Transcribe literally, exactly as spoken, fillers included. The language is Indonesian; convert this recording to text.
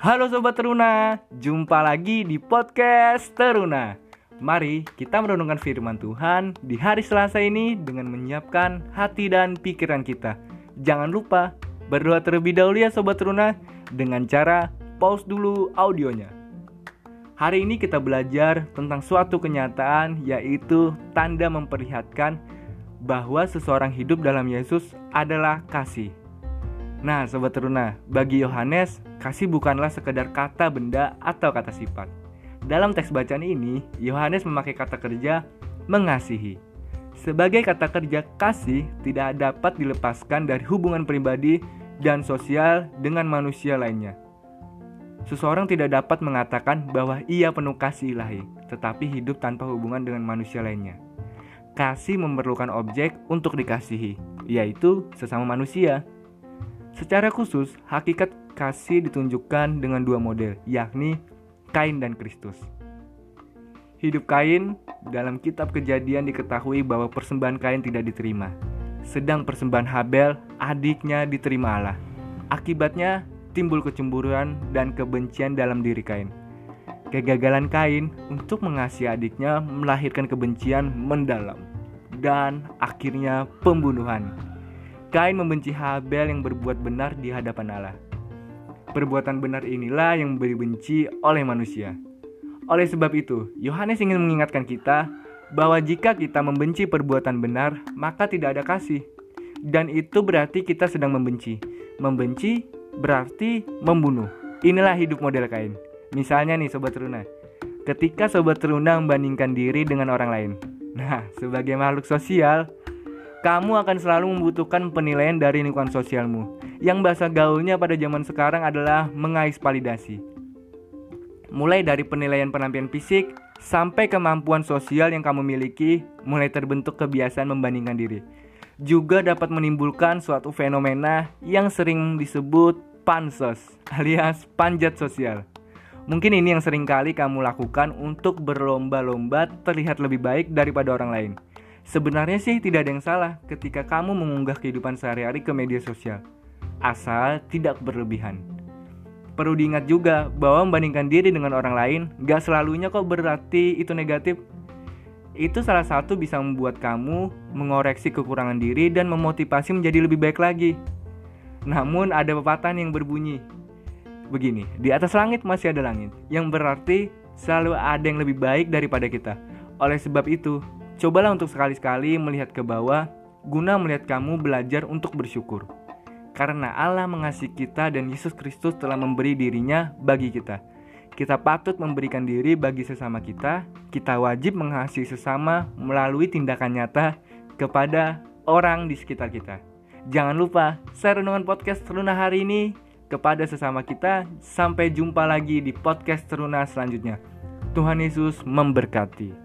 Halo Sobat Teruna, jumpa lagi di podcast Teruna. Mari kita merenungkan firman Tuhan di hari Selasa ini dengan menyiapkan hati dan pikiran kita. Jangan lupa berdoa terlebih dahulu ya Sobat Teruna, dengan cara pause dulu audionya. Hari ini kita belajar tentang suatu kenyataan, yaitu tanda memperlihatkan bahwa seseorang hidup dalam Yesus adalah kasih. Nah Sobat Teruna, bagi Yohanes, kasih bukanlah sekedar kata benda atau kata sifat. Dalam teks bacaan ini, Yohanes memakai kata kerja mengasihi. Sebagai kata kerja, kasih tidak dapat dilepaskan dari hubungan pribadi dan sosial dengan manusia lainnya. Seseorang tidak dapat mengatakan bahwa ia penuh kasih ilahi, tetapi hidup tanpa hubungan dengan manusia lainnya. Kasih memerlukan objek untuk dikasihi, yaitu sesama manusia. Secara khusus, hakikat kasih ditunjukkan dengan dua model, yakni Kain dan Kristus. Hidup Kain, dalam kitab Kejadian diketahui bahwa persembahan Kain tidak diterima, sedang persembahan Habel, adiknya, diterima Allah. Akibatnya, timbul kecemburuan dan kebencian dalam diri Kain. Kegagalan Kain untuk mengasihi adiknya melahirkan kebencian mendalam, dan akhirnya pembunuhan. Kain membenci Habel yang berbuat benar di hadapan Allah. Perbuatan benar inilah yang dibenci oleh manusia. Oleh sebab itu, Yohanes ingin mengingatkan kita bahwa jika kita membenci perbuatan benar, maka tidak ada kasih. Dan itu berarti kita sedang membenci. Membenci berarti membunuh. Inilah hidup model Kain. Misalnya nih Sobat Teruna, ketika Sobat Teruna membandingkan diri dengan orang lain. Nah, sebagai makhluk sosial, kamu akan selalu membutuhkan penilaian dari lingkungan sosialmu, yang bahasa gaulnya pada zaman sekarang adalah mengais validasi. Mulai dari penilaian penampilan fisik sampai kemampuan sosial yang kamu miliki, mulai terbentuk kebiasaan membandingkan diri. Juga dapat menimbulkan suatu fenomena yang sering disebut pansos alias panjat sosial. Mungkin ini yang sering kali kamu lakukan untuk berlomba-lomba terlihat lebih baik daripada orang lain. Sebenarnya sih tidak ada yang salah ketika kamu mengunggah kehidupan sehari-hari ke media sosial, asal tidak berlebihan. Perlu diingat juga bahwa membandingkan diri dengan orang lain gak selalunya kok berarti itu negatif. Itu salah satu bisa membuat kamu mengoreksi kekurangan diri dan memotivasi menjadi lebih baik lagi. Namun ada pepatah yang berbunyi begini, di atas langit masih ada langit, yang berarti selalu ada yang lebih baik daripada kita. Oleh sebab itu, cobalah untuk sekali-sekali melihat ke bawah, guna melihat kamu belajar untuk bersyukur. Karena Allah mengasihi kita dan Yesus Kristus telah memberi dirinya bagi kita. Kita patut memberikan diri bagi sesama kita. Kita wajib mengasihi sesama melalui tindakan nyata kepada orang di sekitar kita. Jangan lupa share renungan podcast Teruna hari ini kepada sesama kita. Sampai jumpa lagi di podcast Teruna selanjutnya. Tuhan Yesus memberkati.